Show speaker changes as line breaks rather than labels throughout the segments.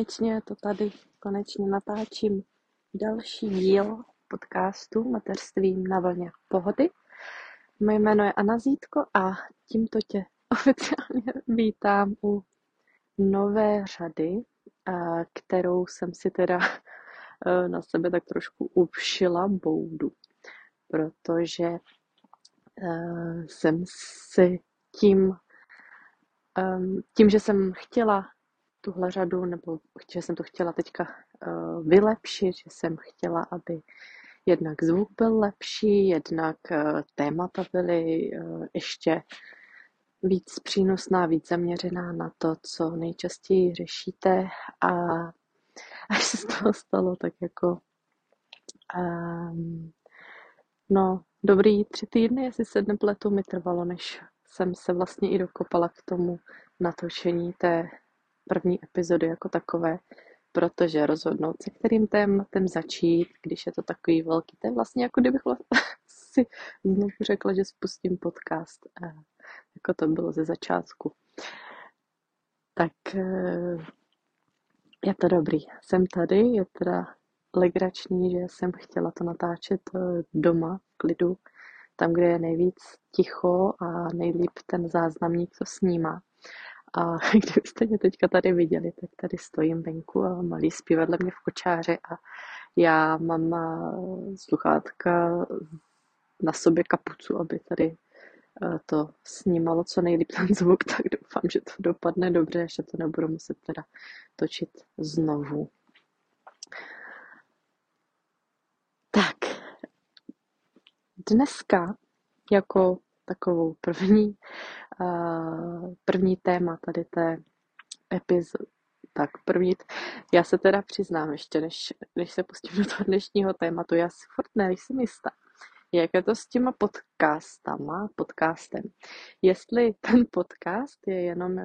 konečně natáčím další díl podcastu Mateřstvím na vlně pohody. Moje jméno je Anna Zítko a tímto tě oficiálně vítám u nové řady, kterou jsem si teda na sebe tak trošku upšila boudu, protože jsem si tím, že jsem chtěla tuhle řadu, nebo že jsem to chtěla teďka vylepšit, že jsem chtěla, aby jednak zvuk byl lepší, jednak témata byly ještě víc přínosná, víc zaměřená na to, co nejčastěji řešíte, a až se z toho stalo tak jako dobrý 3 týdny, jestli se nepletu, mi trvalo, než jsem se vlastně i dokopala k tomu natočení té první epizody jako takové, protože rozhodnout se, kterým tématem začít, když je to takový velký, to je vlastně jako kdybych si znovu řekla, že spustím podcast, jako to bylo ze začátku. Tak je to dobrý. Jsem tady, je teda legrační, že jsem chtěla to natáčet doma, v klidu, tam, kde je nejvíc ticho a nejlíp ten záznamník to snímá. A kdybyste mě teďka tady viděli, tak tady stojím venku a malý spí vedle mě v kočáře a já mám sluchátka na sobě kapucu, aby tady to snímalo co nejlíp ten zvuk, tak doufám, že to dopadne dobře, že to nebudu muset teda točit znovu. Tak, dneska jako takovou první téma tady té epizody. Tak já se teda přiznám ještě, než se pustím do toho dnešního tématu, já si furt nejsem jistá, jak je to s těma podcastem. Jestli ten podcast je jenom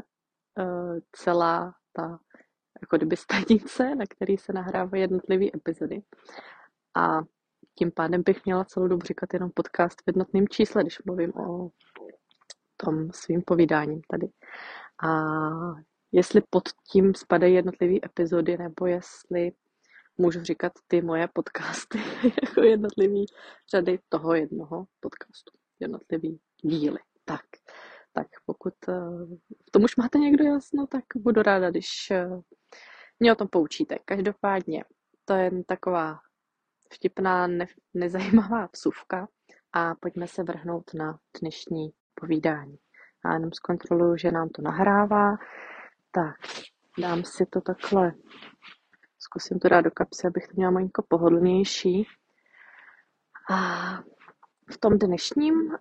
celá ta jako kdyby stanice, na který se nahrávají jednotlivé epizody. A tím pádem bych měla celou dobu říkat jenom podcast v jednotném čísle, když mluvím o tom svým povídáním tady. A jestli pod tím spadají jednotlivé epizody, nebo jestli můžu říkat ty moje podcasty jako jednotlivý řady toho jednoho podcastu, jednotlivý díly. Tak pokud v tom už máte někdo jasno, tak budu ráda, když mě o tom poučíte. Každopádně to je jen taková vtipná, nezajímavá vsuvka a pojďme se vrhnout na dnešní povídání. Já jenom zkontroluju, že nám to nahrává. Tak, dám si to takhle, zkusím to dát do kapsy, abych to měla malinko pohodlnější. A v tom dnešním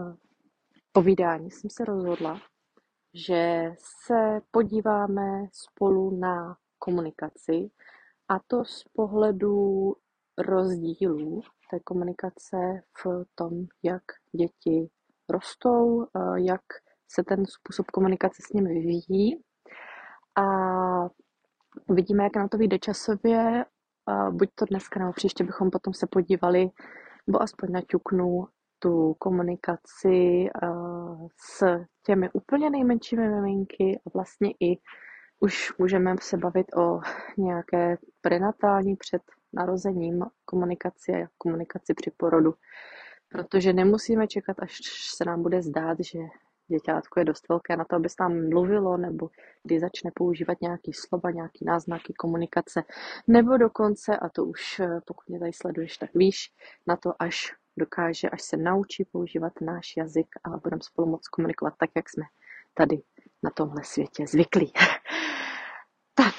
povídání jsem se rozhodla, že se podíváme spolu na komunikaci, a to z pohledu rozdílů té komunikace v tom, jak děti rostou, jak se ten způsob komunikace s nimi vyvíjí. A uvidíme, jak nám to vyjde časově, buď to dneska nebo příště bychom potom se podívali, nebo aspoň naťuknu tu komunikaci s těmi úplně nejmenšími miminky a vlastně i už můžeme se bavit o nějaké prenatální před narozením komunikaci a komunikaci při porodu, protože nemusíme čekat, až se nám bude zdát, že děťátko je dost velké na to, aby s nám mluvilo, nebo kdy začne používat nějaký slova, nějaký náznaky komunikace, nebo dokonce, a to už pokud mě tady sleduješ, tak víš, na to, až se naučí používat náš jazyk a budeme spolu moc komunikovat tak, jak jsme tady na tomhle světě zvyklí. Tak,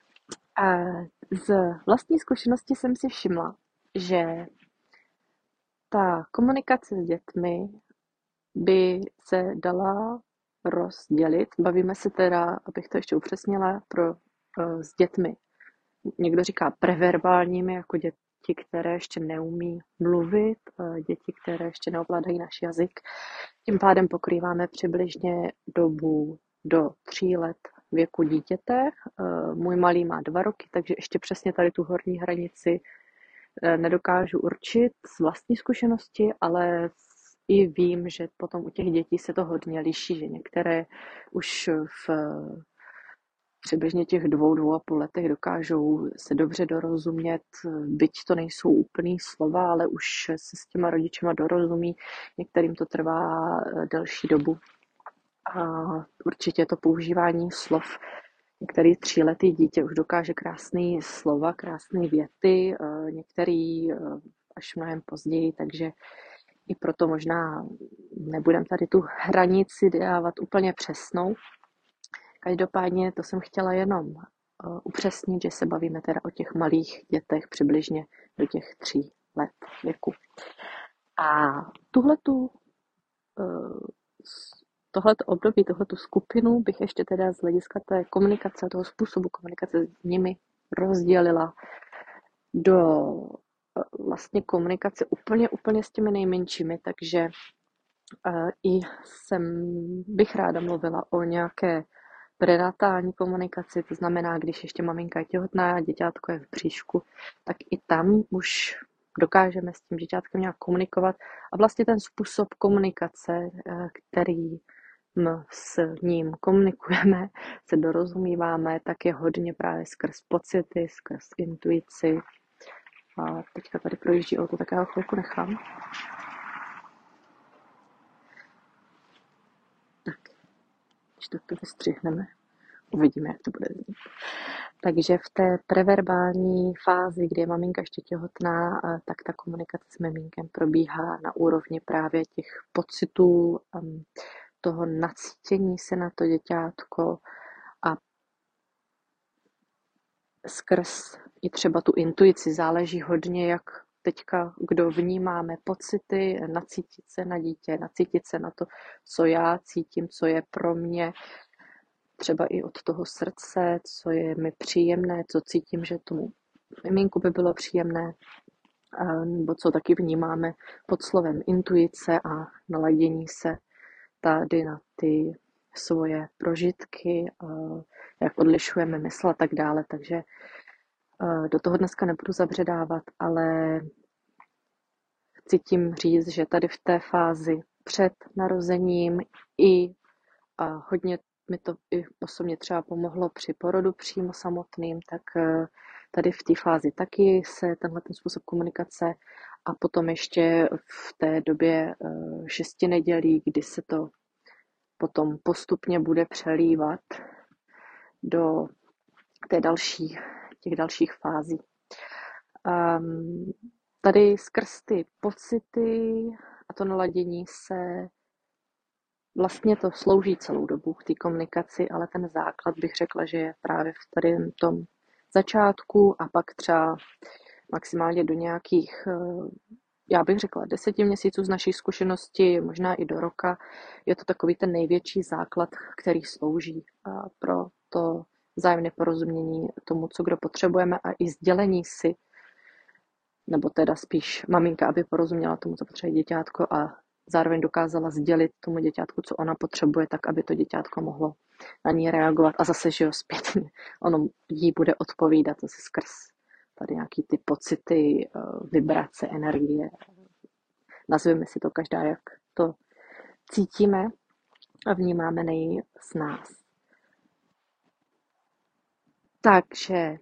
z vlastní zkušenosti jsem si všimla, že ta komunikace s dětmi by se dala rozdělit. Bavíme se teda, abych to ještě upřesnila, s dětmi. Někdo říká preverbálními, jako děti, které ještě neumí mluvit, děti, které ještě neovládají náš jazyk. Tím pádem pokrýváme přibližně dobu do 3 let věku dítěte. Můj malý má 2 roky, takže ještě přesně tady tu horní hranici nedokážu určit z vlastní zkušenosti, ale i vím, že potom u těch dětí se to hodně liší, že některé už přibližně těch 2,5 letech dokážou se dobře dorozumět, byť to nejsou úplný slova, ale už se s těma rodičema dorozumí, některým to trvá delší dobu. A určitě to používání slov, některý 3letý dítě už dokáže krásný slova, krásné věty, některý až mnohem později, takže i proto možná nebudem tady tu hranici dávat úplně přesnou. Každopádně to jsem chtěla jenom upřesnit, že se bavíme teda o těch malých dětech přibližně do těch 3 let věku. A tohleto období, tuhletu skupinu bych ještě teda z hlediska té komunikace, toho způsobu komunikace s nimi rozdělila do vlastně komunikace úplně s těmi nejmenšími, takže bych ráda mluvila o nějaké prenatální komunikaci, to znamená, když ještě maminka je těhotná a děťátko je v bříšku, tak i tam už dokážeme s tím děťátkem nějak komunikovat a vlastně ten způsob komunikace, který s ním komunikujeme, se dorozumíváme, tak je hodně právě skrz pocity, skrz intuici. A teďka tady projíždí auto, tak já ho chvilku nechám. Tak, když to vystřihneme, uvidíme, jak to bude znít. Takže v té preverbální fázi, kdy je maminka ještě těhotná, tak ta komunikace s miminkem probíhá na úrovni právě těch pocitů, toho nacítění se na to děťátko a skrz i třeba tu intuici záleží hodně, jak teďka, kdo vnímáme pocity, nacítit se na dítě, nacítit se na to, co já cítím, co je pro mě, třeba i od toho srdce, co je mi příjemné, co cítím, že tomu miminku by bylo příjemné, nebo co taky vnímáme pod slovem intuice a naladění se tady na ty svoje prožitky, jak odlišujeme mysl a tak dále, takže do toho dneska nebudu zabředávat, ale chci tím říct, že tady v té fázi před narozením i hodně mi to i osobně třeba pomohlo při porodu přímo samotným, tak tady v té fázi taky se tenhle ten způsob komunikace a potom ještě v té době 6 nedělí, kdy se to potom postupně bude přelívat do těch dalších fází. Tady skrz ty pocity a to naladění se vlastně to slouží celou dobu k té komunikaci, ale ten základ bych řekla, že je právě v tady tom začátku a pak třeba maximálně do nějakých, já bych řekla 10 měsíců z naší zkušenosti, možná i do roka. Je to takový ten největší základ, který slouží pro to vzájemné porozumění tomu, co kdo potřebujeme a i sdělení si, nebo teda spíš maminka, aby porozuměla tomu, co potřebuje děťátko a zároveň dokázala sdělit tomu děťátku, co ona potřebuje, tak aby to děťátko mohlo na ní reagovat a zase, že jo, zpětně ono jí bude odpovídat zase skrz tady nějaký ty pocity, vibrace, energie. Nazveme si to každá, jak to cítíme a vnímáme z nás. Takže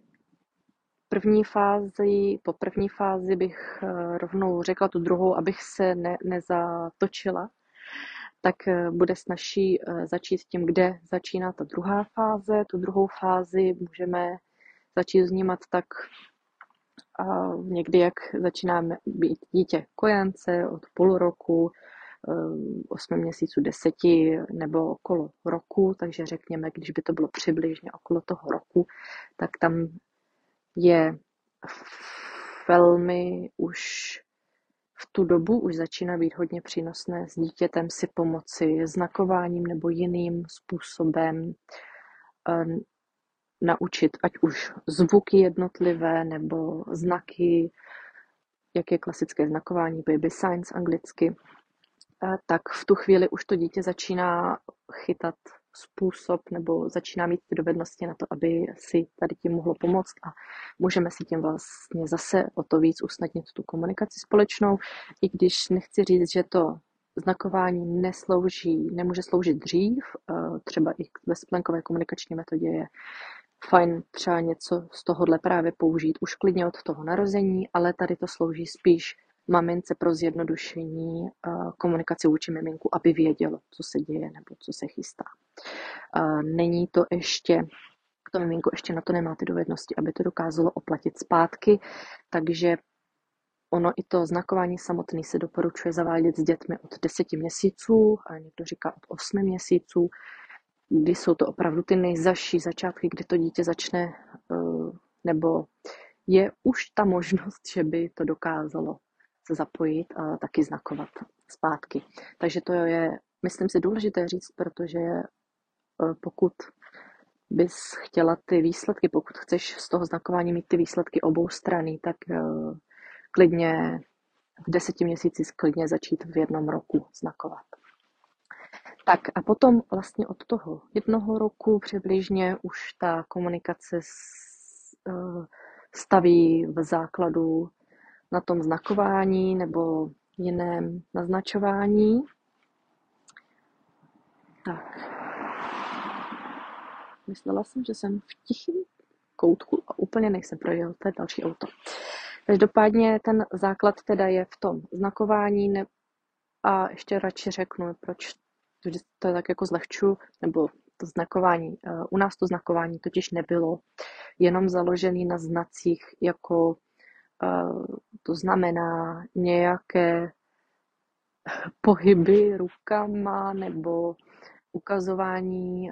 po první fázi bych rovnou řekla tu druhou, abych se nezatočila, tak bude snazší začít tím, kde začíná ta druhá fáze. Tu druhou fázi můžeme začít vnímat tak někdy, jak začínáme být dítě kojence od půl roku, 8 měsíců, 10 nebo okolo roku, takže řekněme, když by to bylo přibližně okolo toho roku, tak tam je velmi už v tu dobu už začíná být hodně přínosné s dítětem si pomoci znakováním nebo jiným způsobem naučit, ať už zvuky jednotlivé nebo znaky, jak je klasické znakování, baby signs anglicky, tak v tu chvíli už to dítě začíná chytat způsob nebo začíná mít ty dovednosti na to, aby si tady tím mohlo pomoct a můžeme si tím vlastně zase o to víc usnadnit tu komunikaci společnou, i když nechci říct, že to znakování nemůže sloužit dřív, třeba i ve splenkové komunikační metodě je fajn třeba něco z tohohle právě použít už klidně od toho narození, ale tady to slouží spíš mamince pro zjednodušení komunikaci vůči miminku, aby vědělo, co se děje nebo co se chystá. Není to ještě, to miminko ještě na to nemá ty dovednosti, aby to dokázalo oplatit zpátky, takže ono i to znakování samotné se doporučuje zavádět s dětmi od 10 měsíců, a někdo říká od 8 měsíců, kdy jsou to opravdu ty nejzazší začátky, kdy to dítě začne, nebo je už ta možnost, že by to dokázalo se zapojit a taky znakovat zpátky. Takže to je, myslím si, důležité říct, protože pokud bys chtěla ty výsledky, pokud chceš z toho znakování mít ty výsledky obou strany, tak klidně v 10 měsících klidně začít v 1 roku znakovat. Tak a potom vlastně od toho 1 roku přibližně už ta komunikace staví v základu na tom znakování nebo jiném naznačování. Tak. Myslela jsem, že jsem v tichém koutku a úplně nejsem projel, to je další auto. Každopádně ten základ teda je v tom znakování a ještě radši řeknu, proč to tak jako zlehču, nebo to znakování. U nás to znakování totiž nebylo jenom založený na znacích, jako to znamená nějaké pohyby rukama nebo ukazování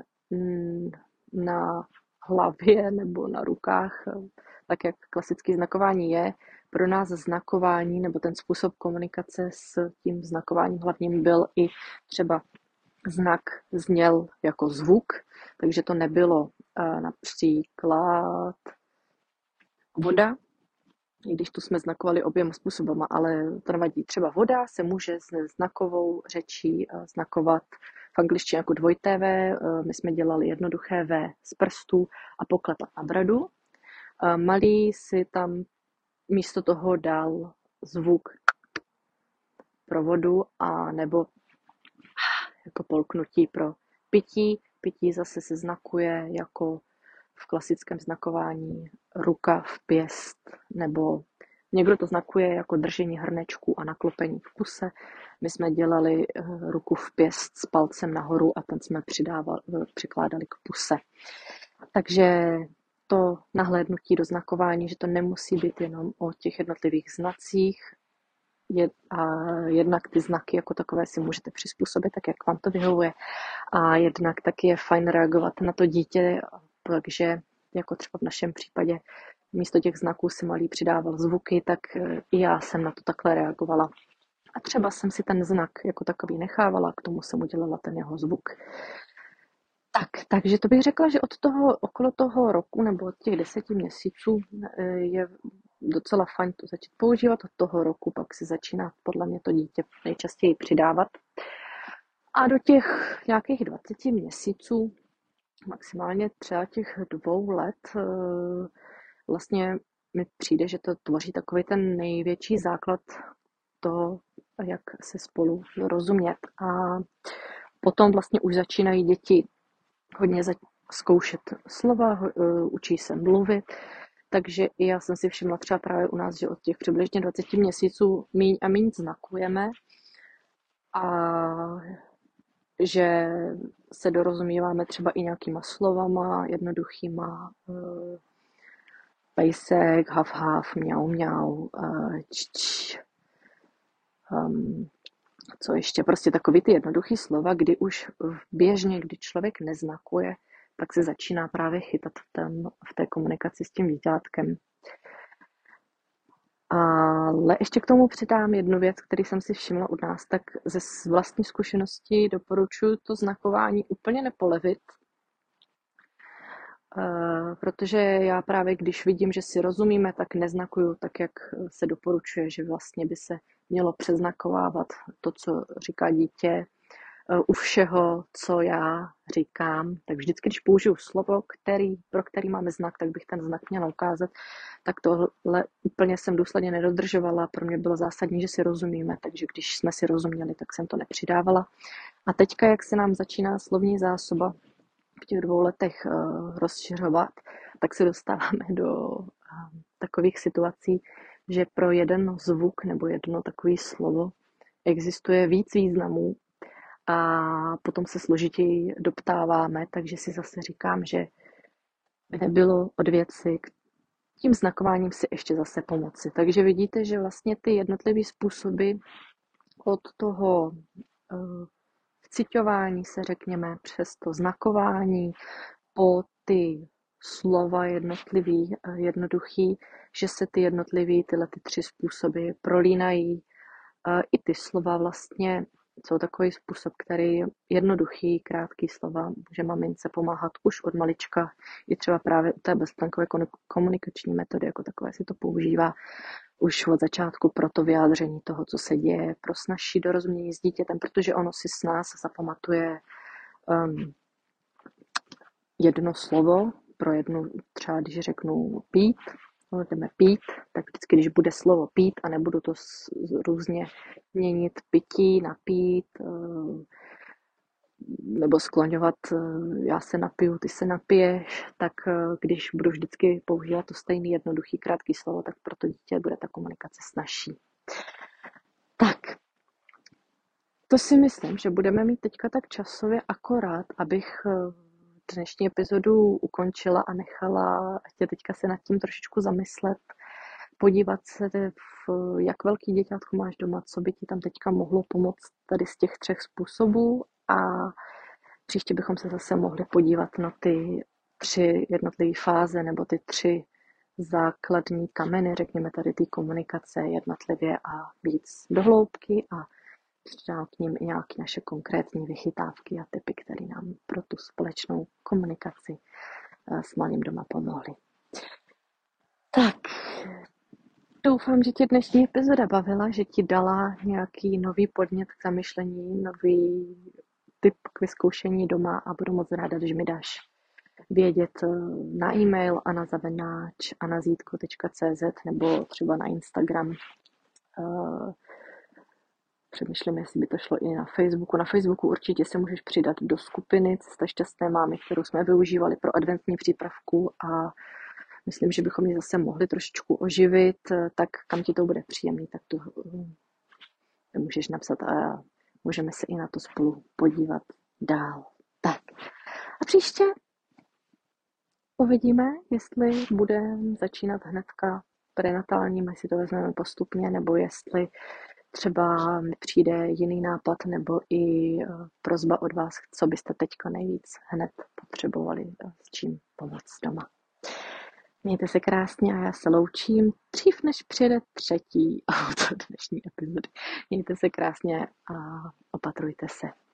na hlavě nebo na rukách, tak jak klasické znakování je. Pro nás znakování nebo ten způsob komunikace s tím znakováním hlavním byl i třeba znak zněl jako zvuk, takže to nebylo například voda, i když tu jsme znakovali oběma způsobama, ale to nevadí. Třeba voda se může s znakovou řečí znakovat v angličtině jako dvojité V. My jsme dělali jednoduché V z prstů a poklepat na bradu. Malý si tam místo toho dal zvuk pro vodu a nebo jako polknutí pro pití. Pití zase se znakuje jako v klasickém znakování ruka v pěst, nebo někdo to znakuje jako držení hrnečku a naklopení v kuse. My jsme dělali ruku v pěst s palcem nahoru a ten jsme přikládali k puse. Takže to nahlédnutí do znakování, že to nemusí být jenom o těch jednotlivých znacích, a jednak ty znaky jako takové si můžete přizpůsobit, tak jak vám to vyhovuje. A jednak taky je fajn reagovat na to dítě, takže jako třeba v našem případě místo těch znaků si malý přidával zvuky, tak i já jsem na to takhle reagovala. A třeba jsem si ten znak jako takový nechávala, k tomu jsem udělala ten jeho zvuk. Takže to bych řekla, že okolo toho roku nebo od těch 10 měsíců je docela fajn to začít používat. Od toho roku pak si začíná podle mě to dítě nejčastěji přidávat. A do těch nějakých 20 měsíců, maximálně třeba těch 2 let, vlastně mi přijde, že to tvoří takový ten největší základ toho, jak se spolu rozumět. A potom vlastně už začínají děti hodně zkoušet slova, učí se mluvit, takže i já jsem si všimla třeba právě u nás, že od těch přibližně 20 měsíců míň a míň znakujeme a že se dorozumíváme třeba i nějakýma slovama, jednoduchýma, pejsek, haf, haf, mňau, mňau, co ještě, prostě takový ty jednoduchý slova, kdy už běžně, kdy člověk neznakuje, tak se začíná právě chytat v té komunikaci s tím dítětkem. Ale ještě k tomu přidám jednu věc, který jsem si všimla u nás, tak ze vlastní zkušenosti doporučuji to znakování úplně nepolevit, protože já právě, když vidím, že si rozumíme, tak neznakuju tak, jak se doporučuje, že vlastně by se mělo přeznakovávat to, co říká dítě, u všeho, co já říkám, tak vždycky, když použiju slovo, pro který máme znak, tak bych ten znak měla ukázat, tak tohle úplně jsem důsledně nedodržovala. Pro mě bylo zásadní, že si rozumíme, takže když jsme si rozuměli, tak jsem to nepřidávala. A teďka, jak se nám začíná slovní zásoba v těch 2 letech rozšiřovat, tak se dostáváme do takových situací, že pro jeden zvuk nebo jedno takové slovo existuje víc významů a potom se složitěji doptáváme, takže si zase říkám, že by nebylo od věci tím znakováním si ještě zase pomoci. Takže vidíte, že vlastně ty jednotlivé způsoby od toho vciťování se, řekněme, přes to znakování po ty slova jednoduchý, že se ty jednotlivý tyhle 3 způsoby prolínají. I ty slova vlastně jsou takový způsob, který jednoduchý, krátký slova může mamince pomáhat už od malička. I třeba právě u té bezplankové komunikační metody jako takové si to používá už od začátku pro to vyjádření toho, co se děje, pro snazší dorozumění s dítětem, protože ono si s nás zapamatuje jedno slovo pro jednu, třeba když řeknu pít, jdeme pít, tak vždycky, když bude slovo pít a nebudu to různě měnit pití, napít, nebo skloňovat já se napiju, ty se napiješ, tak když budu vždycky používat to stejný jednoduchý krátký slovo, tak pro to dítě bude ta komunikace snazší. Tak, to si myslím, že budeme mít teďka tak časově akorát, abych dnešní epizodu ukončila a nechala tě teďka se nad tím trošičku zamyslet, podívat se, jak velký děťátko máš doma, co by ti tam teďka mohlo pomoct tady z těch 3 způsobů a příště bychom se zase mohli podívat na ty 3 jednotlivé fáze nebo ty 3 základní kameny, řekněme tady té komunikace jednotlivě a víc do hloubky a přidám k ním i nějaké naše konkrétní vychytávky a tipy, které nám pro tu společnou komunikaci s malým doma pomohly. Tak, doufám, že tě dnešní epizoda bavila, že ti dala nějaký nový podnět k zamyšlení, nový tip k vyzkoušení doma a budu moc ráda, když mi dáš vědět na e-mail anazitko.cz nebo třeba na Instagram. Přemýšlím, jestli by to šlo i na Facebooku. Na Facebooku určitě se můžeš přidat do skupiny Cesta šťastné mámy, kterou jsme využívali pro adventní přípravku a myslím, že bychom ji zase mohli trošičku oživit, tak kam ti to bude příjemný, tak to můžeš napsat a můžeme se i na to spolu podívat dál. Tak a příště uvidíme, jestli budeme začínat hnedka prenatálním, jestli to vezmeme postupně, nebo jestli třeba mi přijde jiný nápad nebo i prosba od vás, co byste teďka nejvíc hned potřebovali, s čím pomoct doma. Mějte se krásně a já se loučím dřív, než přijede 3. auto dnešní epizody. Mějte se krásně a opatrujte se.